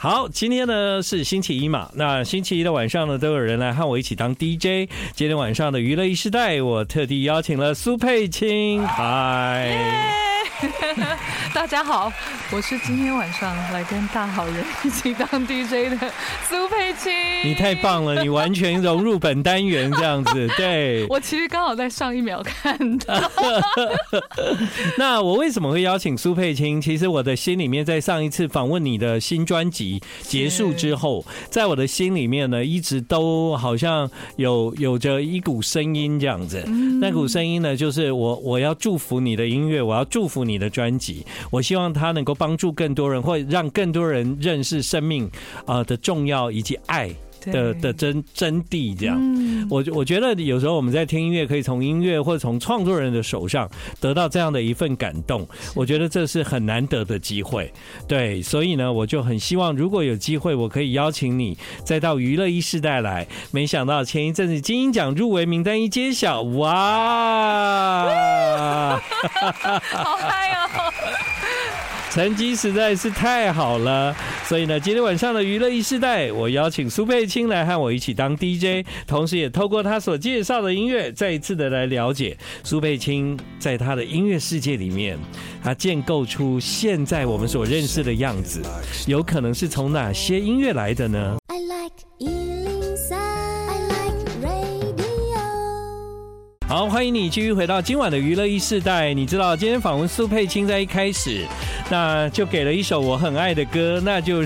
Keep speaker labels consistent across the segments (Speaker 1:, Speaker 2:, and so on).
Speaker 1: 好，今天呢是星期一嘛，那星期一的晚上呢都有人来和我一起当 DJ。今天晚上的娱乐一时代，我特地邀请了苏佩青，嗨。
Speaker 2: 大家好，我是今天晚上来跟大好人一起当 DJ 的苏佩青。
Speaker 1: 你太棒了，你完全融入本单元这样子。对，
Speaker 2: 我其实刚好在上一秒看到。
Speaker 1: 那我为什么会邀请苏佩青？其实我的心里面，在上一次访问你的新专辑结束之后，在我的心里面呢，一直都好像有着一股声音这样子。那股声音呢，就是我要祝福你的音乐，我要祝福你的专辑，我希望它能够帮助更多人，或让更多人认识生命的重要以及爱的真谛这样。我觉得有时候我们在听音乐，可以从音乐或者从创作人的手上得到这样的一份感动，我觉得这是很难得的机会。对，所以呢，我就很希望如果有机会，我可以邀请你再到娱乐一世代来。没想到前一阵子金鹰奖入围名单一揭晓，哇，
Speaker 2: 好嗨哦！
Speaker 1: 成绩实在是太好了，所以呢，今天晚上的娱乐一世代，我邀请苏佩青来和我一起当 DJ， 同时也透过他所介绍的音乐，再一次的来了解苏佩青在他的音乐世界里面，他建构出现在我们所认识的样子，有可能是从哪些音乐来的呢？
Speaker 3: I like 103, I like radio。
Speaker 1: 好，欢迎你继续回到今晚的娱乐一世代。你知道今天访问苏佩青在一开始那就给了一首我很爱的歌，那就是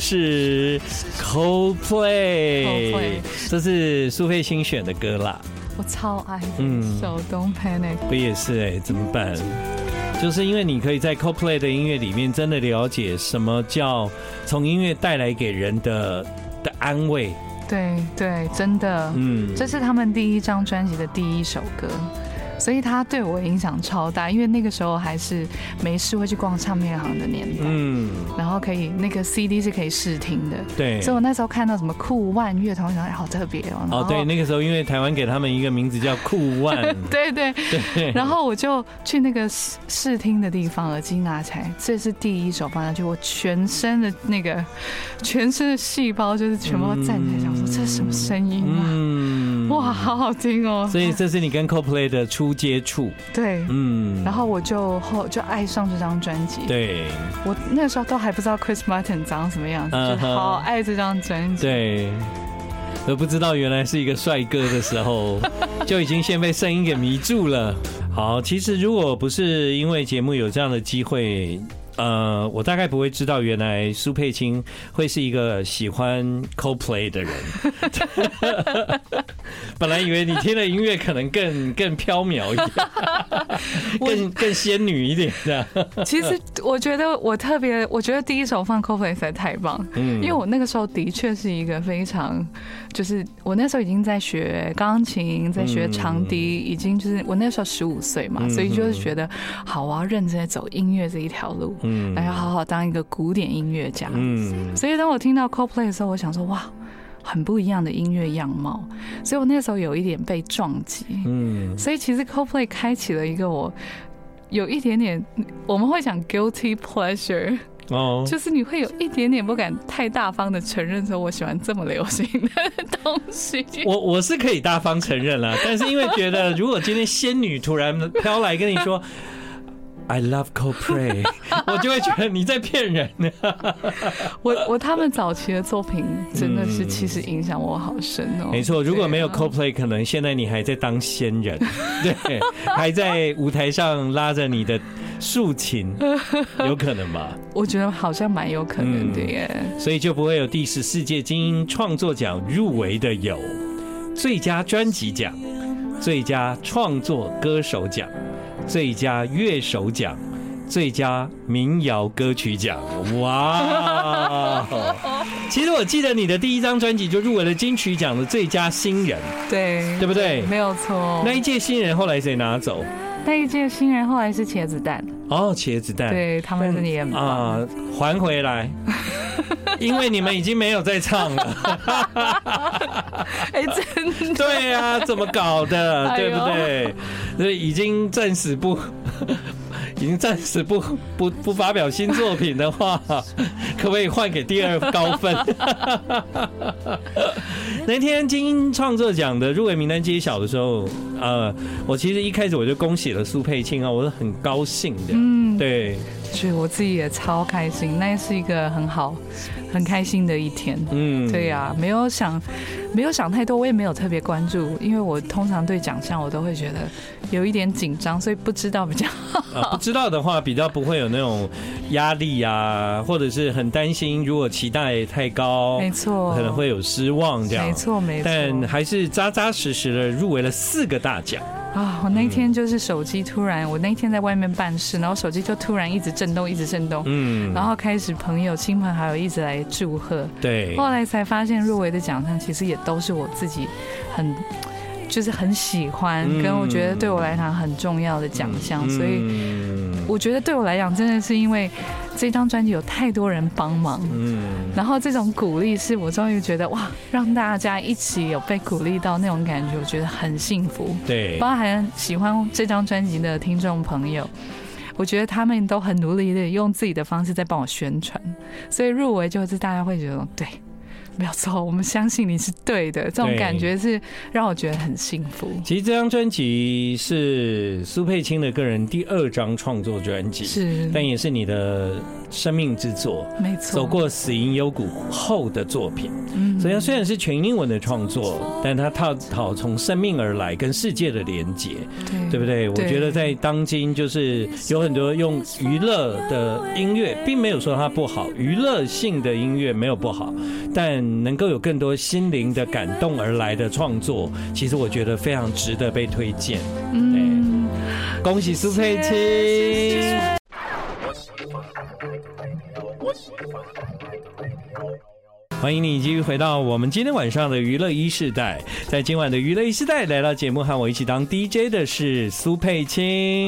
Speaker 1: Coldplay， 这是苏佩青选的歌啦，
Speaker 2: 我超爱手Don't Panic。
Speaker 1: 我也是怎么办？就是因为你可以在 Coldplay 的音乐里面真的了解什么叫从音乐带来给人的安慰。
Speaker 2: 对对，真的，这是他们第一张专辑的第一首歌。所以他对我影响超大，因为那个时候还是没事会去逛唱片行的年代，然后可以那个 CD 是可以试听的，对，所以我那时候看到什么酷万乐团，我想好特别哦。
Speaker 1: 对，那个时候因为台湾给他们一个名字叫酷万，
Speaker 2: 对对对，然后我就去那个试听的地方，耳机拿起来，这是第一首放下去，我全身的细胞就是全部站起来，想说这是什么声音啊？哇，好好听哦！
Speaker 1: 所以这是你跟 Coldplay 的初接触，
Speaker 2: 对，然后我就爱上这张专辑。
Speaker 1: 对，
Speaker 2: 我那时候都还不知道 Chris Martin 长什么样子，就好爱这张专辑。
Speaker 1: 对，都不知道原来是一个帅哥的时候，就已经先被声音给迷住了。好，其实如果不是因为节目有这样的机会，我大概不会知道原来苏佩青会是一个喜欢 Coldplay 的人。本来以为你听的音乐可能更飘渺一点，更仙女一点的。
Speaker 2: 其实我觉得我觉得第一首放 Coldplay 实在太棒，因为我那个时候的确是一个非常，就是我那时候已经在学钢琴，在学长笛，已经就是我那时候15岁嘛，所以就是觉得好，我要认真的走音乐这一条路，然后好好当一个古典音乐家。所以当我听到 Coldplay 的时候，我想说哇，很不一样的音乐样貌，所以我那时候有一点被撞击。所以其实 Coldplay 开启了一个我有一点点，我们会讲 guilty pleasure。就是你会有一点点不敢太大方的承认说我喜欢这么流行的东西。
Speaker 1: 我是可以大方承认啦，但是因为觉得如果今天仙女突然飘来跟你说I love Coldplay， 我就会觉得你在骗人。
Speaker 2: 他们早期的作品真的是其实影响我好深哦。
Speaker 1: 没错，如果没有 Coldplay， 可能现在你还在当仙人，对，还在舞台上拉着你的竖琴，有可能吧？
Speaker 2: 我觉得好像蛮有可能的耶。
Speaker 1: 所以就不会有第14届金鹰创作奖入围的有最佳专辑奖、最佳创作歌手奖、最佳乐手奖、最佳民谣歌曲奖。哇！其实我记得你的第一张专辑就入围了金曲奖的最佳新人，对不对？
Speaker 2: 没有错。
Speaker 1: 那一届新人后来谁拿走？
Speaker 2: 那一届新人后来是茄子蛋。茄子蛋，对，他们真的也很棒
Speaker 1: 还回来。因为你们已经没有在唱了。
Speaker 2: 真的。
Speaker 1: 对啊，怎么搞的，对不对？所以已经暂时不经暂时不发表新作品的话，可不可以换给第2高分？那天金鹰创作奖的入围名单揭晓的时候，我其实一开始我就恭喜了苏佩青啊，我是很高兴的。对，
Speaker 2: 所以我自己也超开心，那是一个很开心的一天。对呀，没有想太多，我也没有特别关注，因为我通常对奖项我都会觉得有一点紧张，所以不知道比较好。
Speaker 1: 不知道的话比较不会有那种压力啊，或者是很担心，如果期待太高，
Speaker 2: 没错，
Speaker 1: 可能会有失望这样。
Speaker 2: 没错。
Speaker 1: 但还是扎扎实实的入围了4个大奖。
Speaker 2: 我那天就是手机突然，我那天在外面办事，然后手机就突然一直震动，然后开始亲朋好友一直来祝贺，
Speaker 1: 对，
Speaker 2: 后来才发现入围的奖项其实也都是我自己很喜欢，跟我觉得对我来讲很重要的奖项，所以我觉得对我来讲真的是因为这张专辑有太多人帮忙，然后这种鼓励是我终于觉得哇，让大家一起有被鼓励到那种感觉，我觉得很幸福。
Speaker 1: 对，
Speaker 2: 包含喜欢这张专辑的听众朋友，我觉得他们都很努力的用自己的方式在帮我宣传，所以入围就是大家会觉得对。没有错，我们相信你是对的，这种感觉是让我觉得很幸福。
Speaker 1: 其实这张专辑是苏佩青的个人第2张创作专辑，
Speaker 2: 是，
Speaker 1: 但也是你的生命之作，
Speaker 2: 没错，
Speaker 1: 走过死荫幽谷后的作品。所以它虽然是全英文的创作，但它探讨从生命而来跟世界的连结，对不对？我觉得在当今就是有很多用娱乐的音乐，并没有说它不好，娱乐性的音乐没有不好，但能够有更多心灵的感动而来的创作，其实我觉得非常值得被推荐。对，恭喜苏佩青！欢迎你继续回到我们今天晚上的娱乐1世代。在今晚的娱乐1世代，来到节目和我一起当 DJ 的是苏佩青。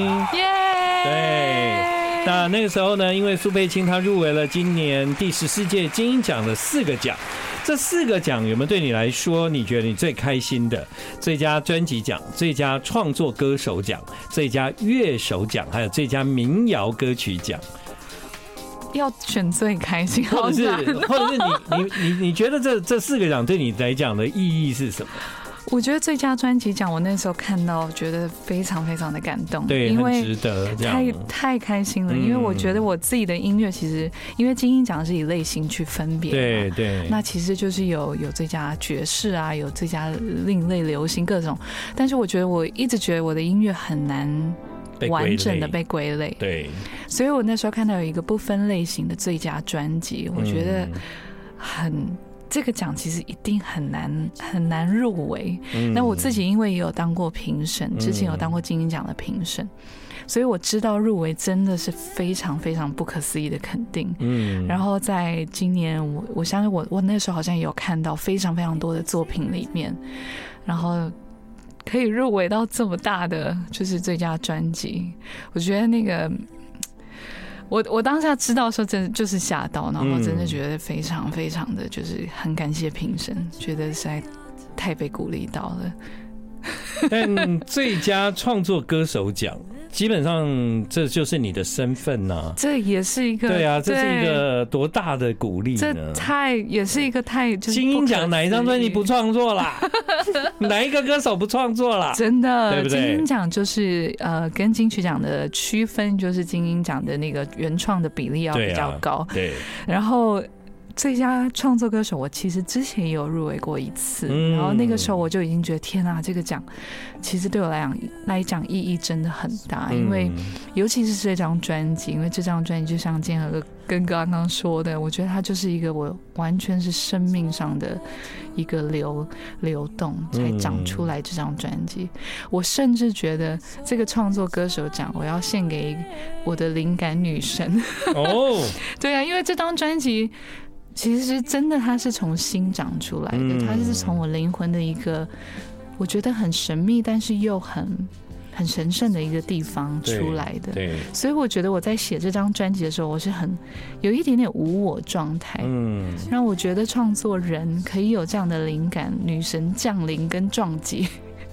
Speaker 1: 对，那个时候呢，因为苏佩青她入围了今年第14届金鹰奖的4个奖。这4个奖有没有对你来说，你觉得你最开心的？最佳专辑奖、最佳创作歌手奖、最佳乐手奖，还有最佳民谣歌曲奖。
Speaker 2: 要选最开心，
Speaker 1: 或者是你觉得这4个奖对你来讲的意义是什么？
Speaker 2: 我觉得最佳专辑奖，我那时候看到，觉得非常非常的感动，
Speaker 1: 对，
Speaker 2: 因为
Speaker 1: 很值得，
Speaker 2: 太开心了。因为我觉得我自己的音乐，其实因为金鹰奖是以类型去分别，
Speaker 1: 对，
Speaker 2: 那其实就是有最佳爵士啊，有最佳另类流行各种，但是我觉得我一直觉得我的音乐很难完整的被归类，
Speaker 1: 对，
Speaker 2: 所以我那时候看到有一个不分类型的最佳专辑，我觉得这个奖其实一定很难入围。那我自己因为也有当过评审，之前有当过金鹰奖的评审，所以我知道入围真的是非常非常不可思议的肯定。然后在今年我相信我那时候好像也有看到非常非常多的作品里面，然后可以入围到这么大的就是最佳专辑，我觉得那个我当下知道的时候真的就是吓到，然后真的觉得非常非常的就是很感谢评审，觉得实在太被鼓励到了。
Speaker 1: 但最佳创作歌手奖基本上这就是你的身份啊，
Speaker 2: 这也是一个
Speaker 1: 对啊，这是一个多大的鼓励呢？
Speaker 2: 这也是一个就是
Speaker 1: 金鹰奖哪一张专辑不创作啦？哪一个歌手不创作啦？
Speaker 2: 真的，
Speaker 1: 对不对？
Speaker 2: 金鹰奖就是跟金曲奖的区分，就是金鹰奖的那个原创的比例要比较高，
Speaker 1: 对，
Speaker 2: 然后。最佳创作歌手，我其实之前也有入围过一次，然后那个时候我就已经觉得天啊，这个奖其实对我来讲意义真的很大，因为尤其是这张专辑，因为这张专辑就像建和跟刚刚说的，我觉得它就是一个我完全是生命上的一个流动才长出来这张专辑。我甚至觉得这个创作歌手奖我要献给我的灵感女神哦，对啊，因为这张专辑。其实真的，它是从心长出来的，它是从我灵魂的一个，我觉得很神秘，但是又很神圣的一个地方出来的。对，所以我觉得我在写这张专辑的时候，我是有一点点无我状态，让我觉得创作人可以有这样的灵感，女神降临跟撞击。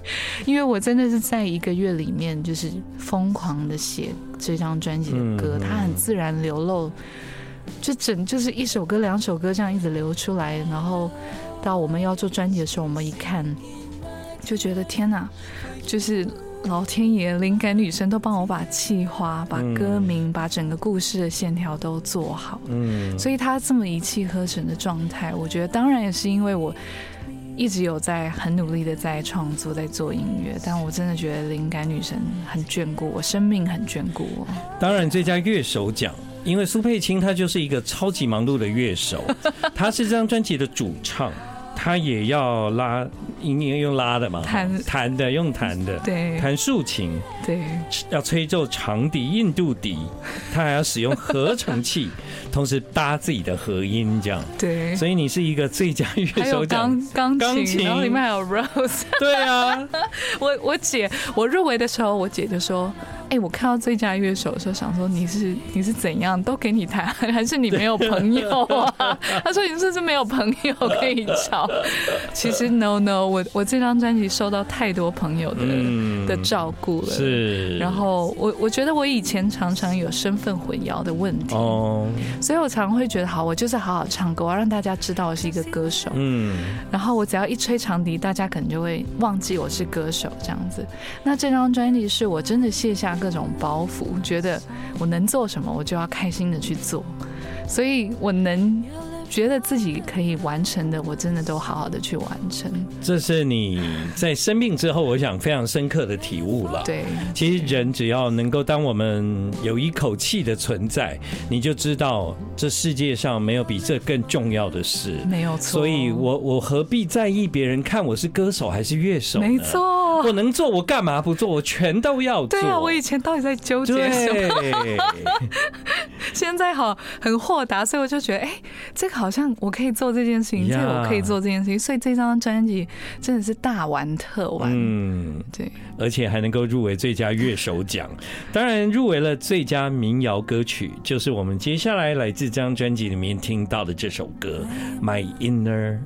Speaker 2: 因为我真的是在1个月里面就是疯狂的写这张专辑的歌，它很自然流露，就是1首歌2首歌这样一直流出来，然后到我们要做专辑的时候，我们一看就觉得天哪，就是老天爷灵感女神都帮我把企划、把歌名、把整个故事的线条都做好，所以他这么一气呵成的状态，我觉得当然也是因为我一直有在很努力的在创作、在做音乐，但我真的觉得灵感女神很眷顾我，生命很眷顾我。
Speaker 1: 当然，最佳乐手奖，因为苏佩青她就是一个超级忙碌的乐手，她是这张专辑的主唱。他也要拉，应该用拉的嘛，弹的用弹的，
Speaker 2: 对，
Speaker 1: 弹竖琴，
Speaker 2: 对，要
Speaker 1: 吹奏长笛、印度笛，他还要使用合成器，同时搭自己的和音，这样，
Speaker 2: 对，
Speaker 1: 所以你是一个最佳乐手奖，
Speaker 2: 钢琴，然后里面还有 Rose，
Speaker 1: 对啊，
Speaker 2: 我入围的时候，我姐就说。我看到最佳乐手的时候，想说你是怎样都给你弹，还是你没有朋友啊？他说你是不是没有朋友可以找？其实 no， 我这张专辑受到太多朋友的照顾了。是，然后我觉得我以前常常有身份混淆的问题，所以我常会觉得好，我就是好好唱歌，我要让大家知道我是一个歌手。然后我只要一吹长笛，大家可能就会忘记我是歌手这样子。那这张专辑是我真的卸下各种包袱，觉得我能做什么，我就要开心的去做，所以我能觉得自己可以完成的，我真的都好好的去完成。
Speaker 1: 这是你在生病之后，我想非常深刻的体悟了。
Speaker 2: 对，
Speaker 1: 其实人只要能够当我们有一口气的存在，你就知道这世界上没有比这更重要的事。
Speaker 2: 没有错。
Speaker 1: 所以我何必在意别人看我是歌手还是乐手呢？
Speaker 2: 没错。
Speaker 1: 我能做，我干嘛不做？我全都要做。
Speaker 2: 对啊，我以前到底在纠结什么？现在很豁达，所以我就觉得，这个好像我可以做这件事情，这个我可以做这件事情，所以这张专辑真的是大玩特玩。对，
Speaker 1: 而且还能够入围最佳乐手奖，当然入围了最佳民谣歌曲，就是我们接下来来自这张专辑里面听到的这首歌《My Inner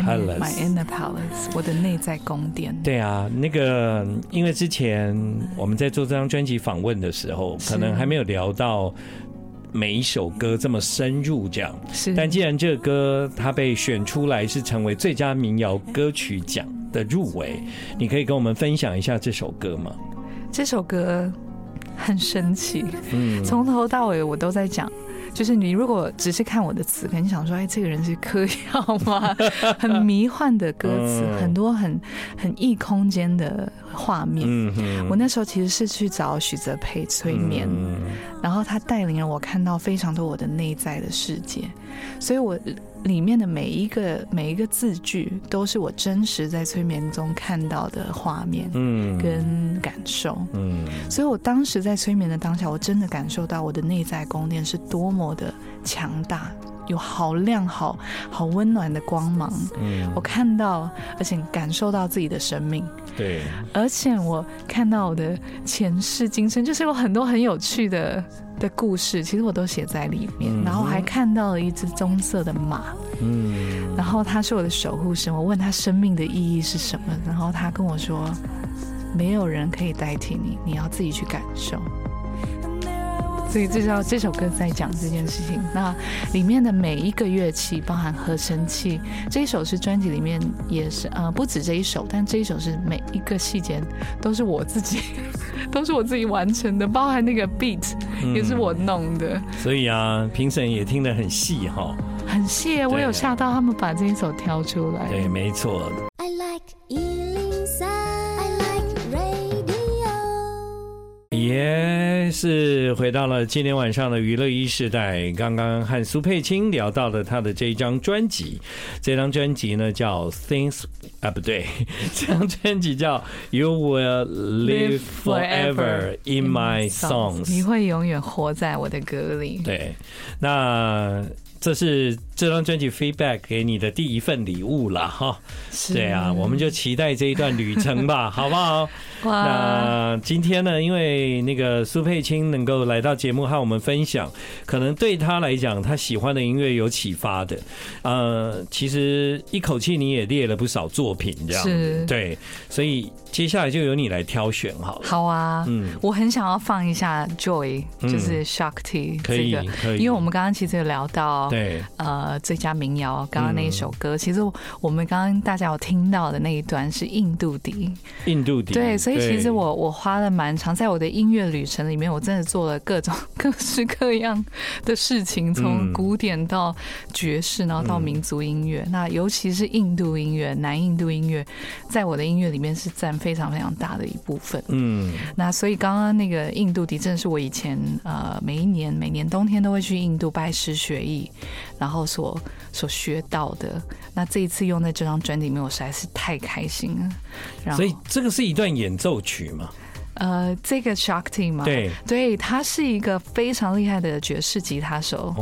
Speaker 2: My Inner Palace， 我的内在宫殿。
Speaker 1: 对啊，那个因为之前我们在做这张专辑访问的时候，可能还没有聊到每一首歌这么深入这样。但既然这个歌它被选出来是成为最佳民谣歌曲奖的入围，你可以跟我们分享一下这首歌吗？
Speaker 2: 这首歌很神奇，从头到尾我都在讲。就是你如果只是看我的词，可能想说，这个人是嗑药吗？很迷幻的歌词，很多很异空间的画面。我那时候其实是去找许哲佩催眠，然后他带领了我看到非常多我的内在的世界，所以我里面的每一个字句都是我真实在催眠中看到的画面跟感受。所以我当时在催眠的当下，我真的感受到我的内在宫殿是多么的强大，有好亮好温暖的光芒。我看到而且感受到自己的生命。
Speaker 1: 对，
Speaker 2: 而且我看到我的前世今生，就是有很多很有趣的故事，其实我都写在里面。然后还看到了一只棕色的马，然后他是我的守护神。我问他生命的意义是什么，然后他跟我说，没有人可以代替你，你要自己去感受。所以这首歌在讲这件事情。那里面的每一个乐器，包含合成器，这一首是专辑里面也是不止这一首，但这一首是每一个细节都是我自己完成的，包含那个 beat 也是我弄的。
Speaker 1: 所以啊，评审也听得很细哈，
Speaker 2: 很细。我有吓到他们把这一首挑出来。
Speaker 1: 对，没错。
Speaker 3: I like 103, I like radio。
Speaker 1: 也是回到了今天晚上的娱乐一世代，刚刚和苏佩青聊到了他的这一张专辑，这张专辑呢叫 Things 不对，这张专辑叫 You Will Live Forever in My Songs，
Speaker 2: 你会永远活在我的歌里。
Speaker 1: 对，那这是这张专辑 feedback 给你的第一份礼物啦哈。对啊，我们就期待这一段旅程吧，好不好？那今天呢，因为那个苏佩青能够来到节目和我们分享，可能对他来讲，他喜欢的音乐有启发的。其实一口气你也列了不少作品，这样子，对，所以接下来就由你来挑选好了。
Speaker 2: 好啊，我很想要放一下 Joy， 就是 Shakti 这个，可以，因为我们刚刚其实有聊到，对，最佳民谣，刚刚那一首歌，其实我们刚刚大家有听到的那一段是印度笛，对，所以其实我花了蛮长，在我的音乐旅程里面，我真的做了各式各样的事情，从古典到爵士，然后到民族音乐，那尤其是印度音乐、南印度音乐，在我的音乐里面是占非常非常大的一部分。那所以刚刚那个印度笛，真的是我以前每年冬天都会去印度拜师学艺，然后所学到的。那这一次用在这张专辑里面，我实在是太开心了。
Speaker 1: 所以这个是一段演奏曲吗？
Speaker 2: 这个 Shakti 嘛，对，他是一个非常厉害的爵士吉他手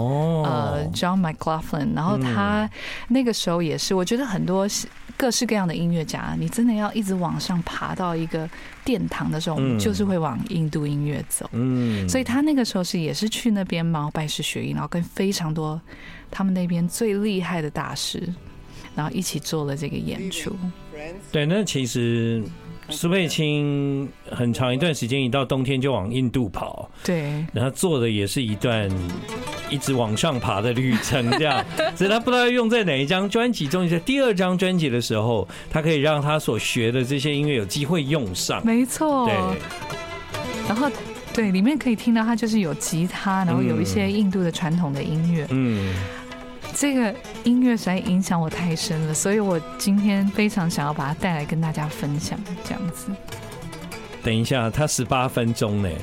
Speaker 2: ，John McLaughlin。然后他那个时候也是，我觉得很多各式各样的音乐家，你真的要一直往上爬到一个殿堂的时候，就是会往印度音乐走。所以他那个时候也是去那边嘛拜师学艺，然后跟非常多他们那边最厉害的大师，然后一起做了这个演出。
Speaker 1: 对，那其实苏佩青很长一段时间，一到冬天就往印度跑，对，然后做的也是一段一直往上爬的旅程，这样，所以他不知道要用在哪一张专辑中，在第2张专辑的时候，他可以让他所学的这些音乐有机会用上，
Speaker 2: 没错，对，然后对，里面可以听到他就是有吉他，然后有一些印度的传统的音乐，这个音乐实在影响我太深了，所以我今天非常想要把它带来跟大家分享，这样子。
Speaker 1: 等一下，它18分钟呢。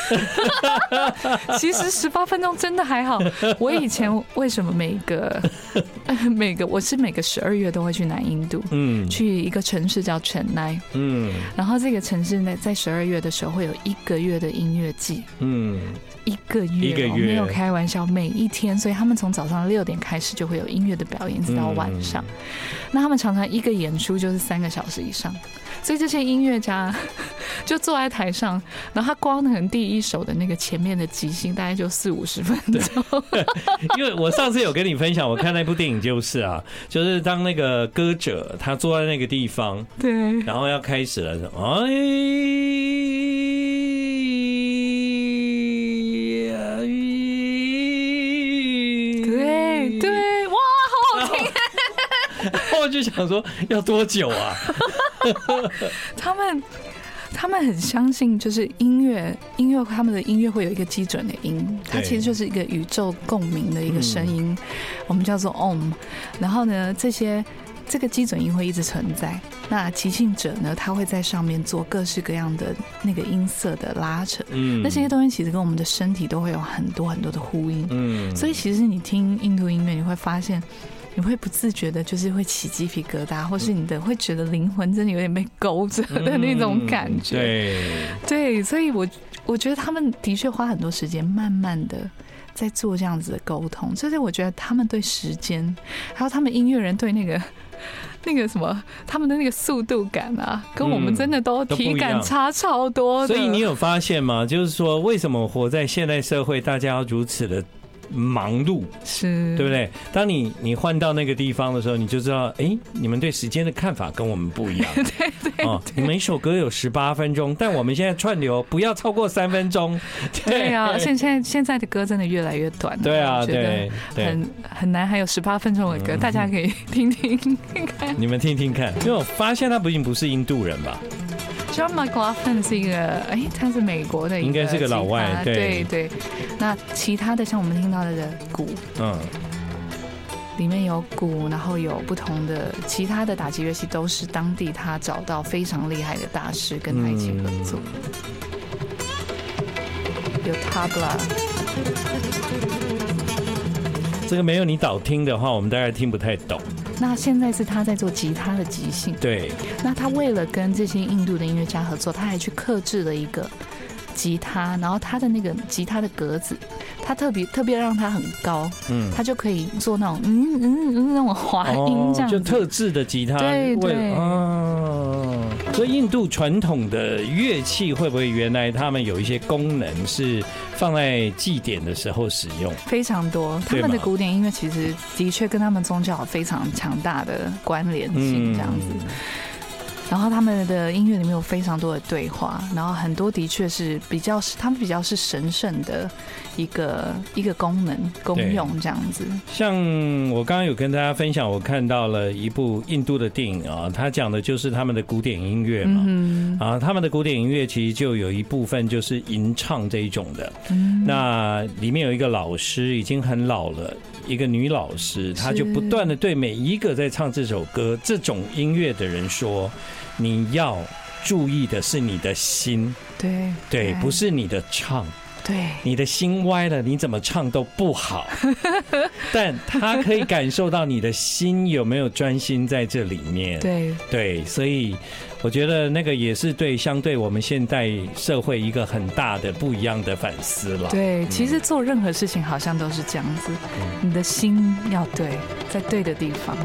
Speaker 2: 其实18分钟真的还好。我以前为什么每个我是每个12月都会去南印度，去一个城市叫城奈，然后这个城市呢，在12月的时候会有1个月的音乐季，一个月没有开玩笑，每一天，所以他们从早上6点开始就会有音乐的表演，直到晚上。那他们常常一个演出就是3个小时以上，所以这些音乐家就坐在台上，然后他光可能第一首的那个前面的即兴大概就40-50分钟。
Speaker 1: 因为我上次有跟你分享，我看那部电影就是啊，就是当那个歌者他坐在那个地方，对，然后要开始了，
Speaker 2: 对，哇，好好听。
Speaker 1: 我就想说要多久啊？
Speaker 2: 他们很相信，就是音乐，他们的音乐会有一个基准的音，它其实就是一个宇宙共鸣的一个声音，我们叫做 Om。然后呢，这个基准音会一直存在。那即兴者呢，他会在上面做各式各样的那个音色的拉扯，那些东西其实跟我们的身体都会有很多很多的呼应。所以其实你听印度音乐，你会发现，你会不自觉的，就是会起鸡皮疙瘩，或是你的会觉得灵魂真的有点被勾着的那种感觉。对，所以我觉得他们的确花很多时间，慢慢的在做这样子的沟通。所以我觉得他们对时间，还有他们音乐人对那个什么，他们的那个速度感啊，跟我们真的都体感差超多的。
Speaker 1: 所以你有发现吗？就是说，为什么活在现代社会，大家要如此的忙碌，是对不对？当你换到那个地方的时候，你就知道，你们对时间的看法跟我们不一样。对，每首歌有18分钟，但我们现在串流不要超过3分钟。
Speaker 2: 对啊，现在的歌真的越来越短了。
Speaker 1: 对啊，
Speaker 2: 对，很难还有18分钟的歌，大家可以听听看。
Speaker 1: 你们听听看，因为我发现他并不是印度人吧
Speaker 2: ？John McLaughlin 是一个，他是美国的一个，
Speaker 1: 应该是个老外，
Speaker 2: 对。那其他的像我们听到的鼓，里面有鼓，然后有不同的其他的打击乐器，都是当地他找到非常厉害的大师跟他一起合作。有 tabla，
Speaker 1: 这个没有你导听的话，我们大概听不太懂。
Speaker 2: 那现在是他在做吉他的即兴，
Speaker 1: 对。
Speaker 2: 那他为了跟这些印度的音乐家合作，他还去客制了一个吉他，然后它的那个吉他的格子，它特别让它很高，它就可以做那种那种滑音这样子，
Speaker 1: 就特制的吉他，
Speaker 2: 对对。
Speaker 1: 所以印度传统的乐器会不会原来他们有一些功能是放在祭典的时候使用？
Speaker 2: 非常多，他们的古典音乐其实的确跟他们宗教有非常强大的关联性，这样子。然后他们的音乐里面有非常多的对话，然后很多的确是他们比较是神圣的一个功用这样子。
Speaker 1: 像我刚刚有跟大家分享，我看到了一部印度的电影啊，它讲的就是他们的古典音乐嘛，他们的古典音乐其实就有一部分就是吟唱这一种的，那里面有一个老师已经很老了。一个女老师，她就不断的对每一个在唱这首歌、这种音乐的人说：“你要注意的是你的心，对，不是你的唱。对，你的心歪了，你怎么唱都不好。但他可以感受到你的心有没有专心在这里面。对，所以我觉得那个也是相对我们现代社会一个很大的不一样的反思了。对，
Speaker 2: 其实做任何事情好像都是这样子，你的心要对，在对的地方。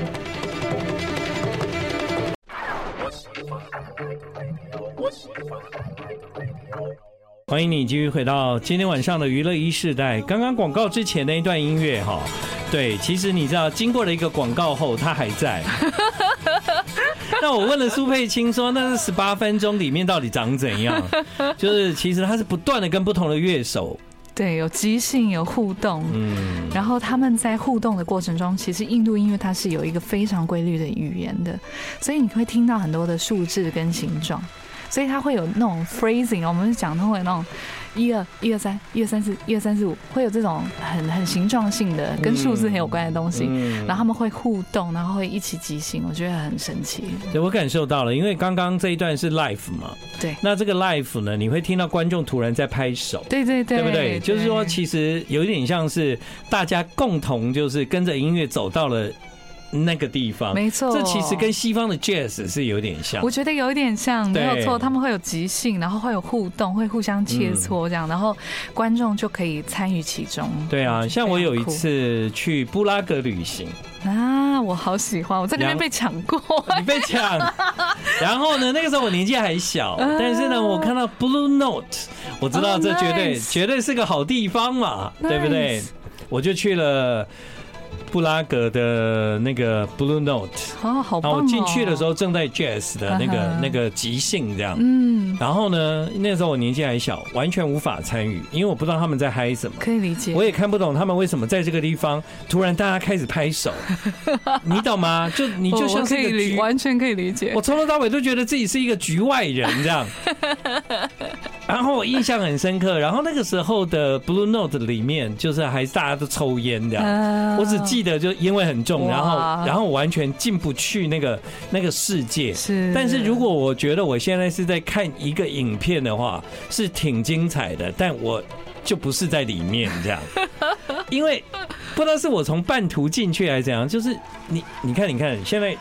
Speaker 1: 欢迎你继续回到今天晚上的娱乐1世代。刚刚广告之前那一段音乐哈，对，其实你知道，经过了一个广告后，它还在。那我问了苏佩青说，那是18分钟里面到底长怎样？就是其实它是不断的跟不同的乐手。
Speaker 2: 对，有即兴，有互动，然后他们在互动的过程中，其实印度音乐它是有一个非常规律的语言的，所以你会听到很多的数字跟形状。所以它会有那种 phrasing， 我们讲它会有那种1、2、1、2、3、1、2、3、4、1、2、3、4、5，会有这种很形状性的跟数字很有关的东西，然后他们会互动，然后会一起即兴，我觉得很神奇。
Speaker 1: 对，我感受到了，因为刚刚这一段是 live 嘛，
Speaker 2: 对，
Speaker 1: 那这个 live 呢，你会听到观众突然在拍手，
Speaker 2: 对，对不对？
Speaker 1: 就是说，其实有一点像是大家共同就是跟着音乐走到了那个地方，
Speaker 2: 没错，
Speaker 1: 这其实跟西方的 jazz 是有点像，
Speaker 2: 我觉得有一点像，没有错。他们会有即兴，然后会有互动，会互相切磋这样，然后观众就可以参与其中。
Speaker 1: 对啊，像我有一次去布拉格旅行
Speaker 2: 啊，我好喜欢，我在那边被抢过，
Speaker 1: 你被抢。然后呢，那个时候我年纪还小，但是呢，我看到 Blue Note， 我知道这绝对是个好地方嘛，对不对？我就去了布拉格的那个 Blue Note，
Speaker 2: 好棒哦！
Speaker 1: 我进去的时候正在 jazz 的那个即兴这样，然后呢，那时候我年纪还小，完全无法参与，因为我不知道他们在嗨什么，
Speaker 2: 可以理解，
Speaker 1: 我也看不懂他们为什么在这个地方突然大家开始拍手，你懂吗？你就像是一个
Speaker 2: 完全可以理解，
Speaker 1: 我从头到尾都觉得自己是一个局外人这样。然后我印象很深刻，然后那个时候的 Blue Note 里面就是还是大家都抽烟这样，我只记得就烟味很重，然后我完全进不去那个世界。是，但是如果我觉得我现在是在看一个影片的话，是挺精彩的，但我就不是在里面这样，因为不知道是我从半途进去还是怎样，就是你看现在。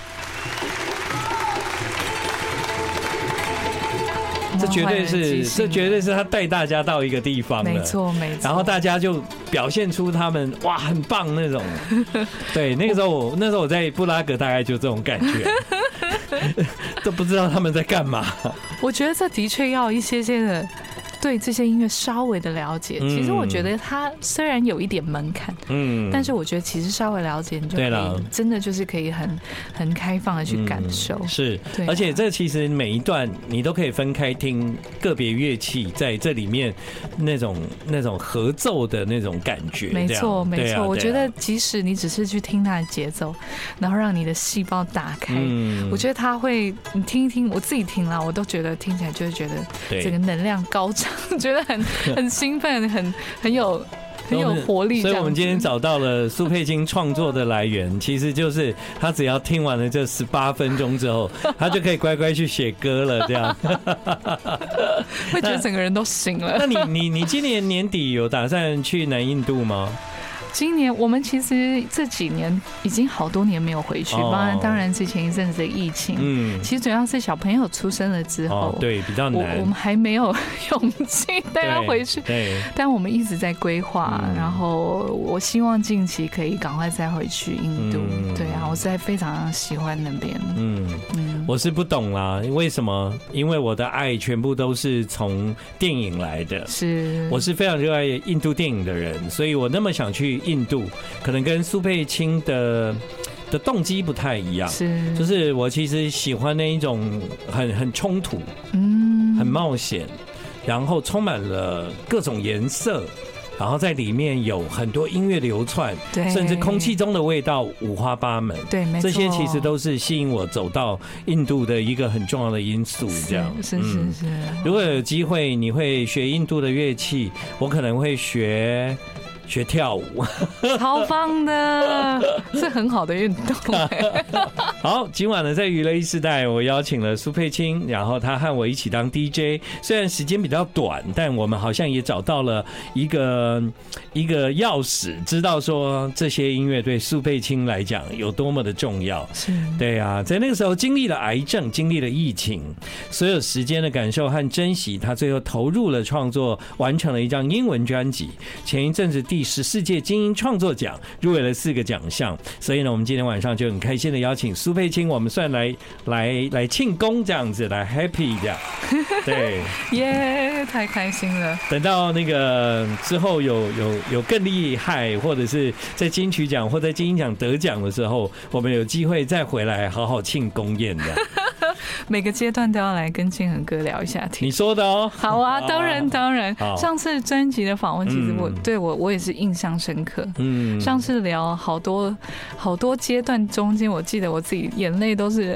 Speaker 1: 这绝对是他带大家到一个地方了，
Speaker 2: 没错。
Speaker 1: 然后大家就表现出他们哇很棒那种，对，那时候我在布拉格大概就这种感觉，都不知道他们在干嘛。
Speaker 2: 我觉得这的确要一些的。对这些音乐稍微的了解，其实我觉得它虽然有一点门槛，但是我觉得其实稍微了解，你就可以真的就是可以很开放的去感受。是，
Speaker 1: 而且这其实每一段你都可以分开听个别乐器在这里面那种合奏的那种感觉。
Speaker 2: 没错，我觉得即使你只是去听它的节奏，然后让你的细胞打开，我觉得它会，你听一听，我自己听啦，我都觉得听起来就会觉得整个能量高涨。觉得很兴奋，很有活力。
Speaker 1: 所以我们今天找到了苏佩青创作的来源，其实就是他只要听完了这18分钟之后，他就可以乖乖去写歌了，这样
Speaker 2: 会觉得整个人都醒了。
Speaker 1: 那你今年年底有打算去南印度吗？
Speaker 2: 今年我们其实这几年已经好多年没有回去，当然是前一阵子的疫情，其实主要是小朋友出生了之后，
Speaker 1: 对，比较难，
Speaker 2: 我们还没有勇气带他回去，
Speaker 1: 对，
Speaker 2: 但我们一直在规划，然后我希望近期可以赶快再回去印度，对啊，我实在非常喜欢那边，
Speaker 1: 我是不懂啦，为什么？因为我的爱全部都是从电影来的，我是非常热爱印度电影的人，所以我那么想去印度，可能跟苏佩青的动机不太一样，就是我其实喜欢那一种很冲突，很冒险，然后充满了各种颜色。然后在里面有很多音乐流窜，甚至空气中的味道五花八门，
Speaker 2: 对，没错，
Speaker 1: 这些其实都是吸引我走到印度的一个很重要的因素。这样
Speaker 2: 是。
Speaker 1: 如果有机会，你会学印度的乐器，我可能会学跳舞，
Speaker 2: 超棒的，是很好的运动。
Speaker 1: 好，今晚呢，在娱乐一时代，我邀请了苏佩青，然后他和我一起当 DJ。虽然时间比较短，但我们好像也找到了一个钥匙，知道说这些音乐对苏佩青来讲有多么的重要。对啊，在那个时候经历了癌症，经历了疫情，所有时间的感受和珍惜，他最后投入了创作，完成了一张英文专辑。前一阵子第14届金鹰创作奖入围了4个奖项，所以呢，我们今天晚上就很开心的邀请苏佩青，我们算来庆功这样子，来 happy 这样，对，
Speaker 2: 耶，太开心了。
Speaker 1: 等到那个之后有更厉害，或者是在金曲奖或在金鹰奖得奖的时候，我们有机会再回来好好庆功宴的。
Speaker 2: 每个阶段都要来跟建恒哥聊一下天。
Speaker 1: 你说的哦。
Speaker 2: 好啊，当然。上次专辑的访问，其实我也是印象深刻。上次聊好多阶段中间，我记得我自己眼泪都是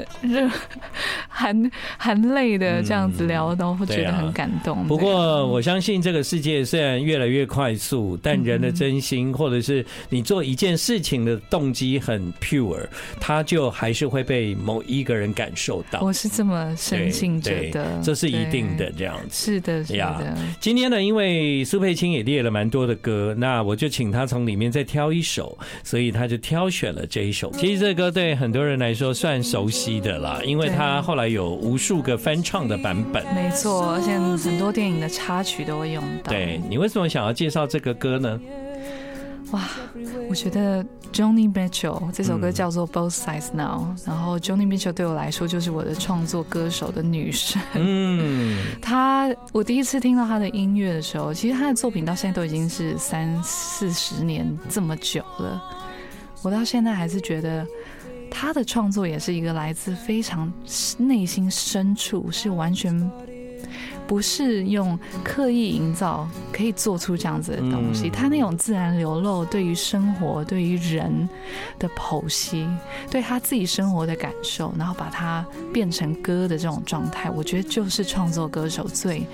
Speaker 2: 含泪的这样子聊，都会觉得很感动。
Speaker 1: 不过我相信这个世界虽然越来越快速，但人的真心或者是你做一件事情的动机很 pure， 它就还是会被某一个人感受到。
Speaker 2: 我是这么深信着的，
Speaker 1: 这是一定的这样子。
Speaker 2: 是的。
Speaker 1: 今天呢，因为苏佩青也列了蛮多的歌，那我就请他从里面再挑一首，所以他就挑选了这一首。其实这歌对很多人来说算熟悉的啦，因为他后来有无数个翻唱的版本。
Speaker 2: 没错，而且很多电影的插曲都会用到。
Speaker 1: 对，你为什么想要介绍这个歌呢？
Speaker 2: 哇，我觉得 Joni Mitchell 这首歌叫做 Both Sides Now， 然后 Joni Mitchell 对我来说就是我的创作歌手的女神。我第一次听到她的音乐的时候，其实她的作品到现在都已经是30-40年这么久了，我到现在还是觉得她的创作也是一个来自非常内心深处，是完全不是用刻意营造可以做出这样子的东西，他那种自然流露，对于生活、对于人的剖析，对他自己生活的感受，然后把它变成歌的这种状态，我觉得就是创作歌手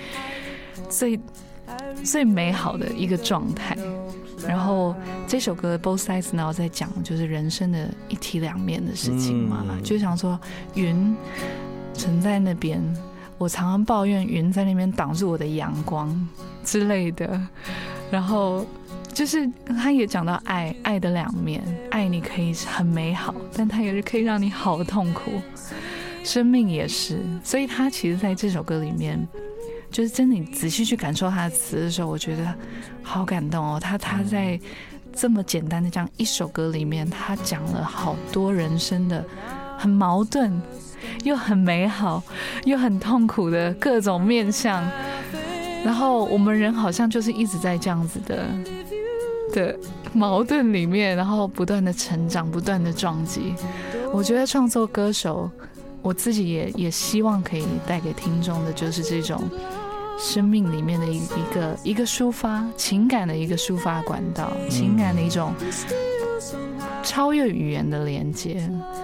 Speaker 2: 最美好的一个状态。然后这首歌 Both Sides Now 在讲就是人生的一体两面的事情嘛，就想说云存在那边，我常常抱怨云在那边挡住我的阳光之类的，然后就是他也讲到爱的两面，爱你可以很美好，但它也是可以让你好痛苦，生命也是。所以他其实在这首歌里面，就是真的你仔细去感受他的词的时候，我觉得好感动哦。他在这么简单的这样一首歌里面，他讲了好多人生的很矛盾又很美好又很痛苦的各种面向，然后我们人好像就是一直在这样子的矛盾里面，然后不断的成长，不断的撞击。我觉得创作歌手，我自己也希望可以带给听众的就是这种生命里面的一个抒发情感的一个抒发管道，情感的一种超越语言的连接。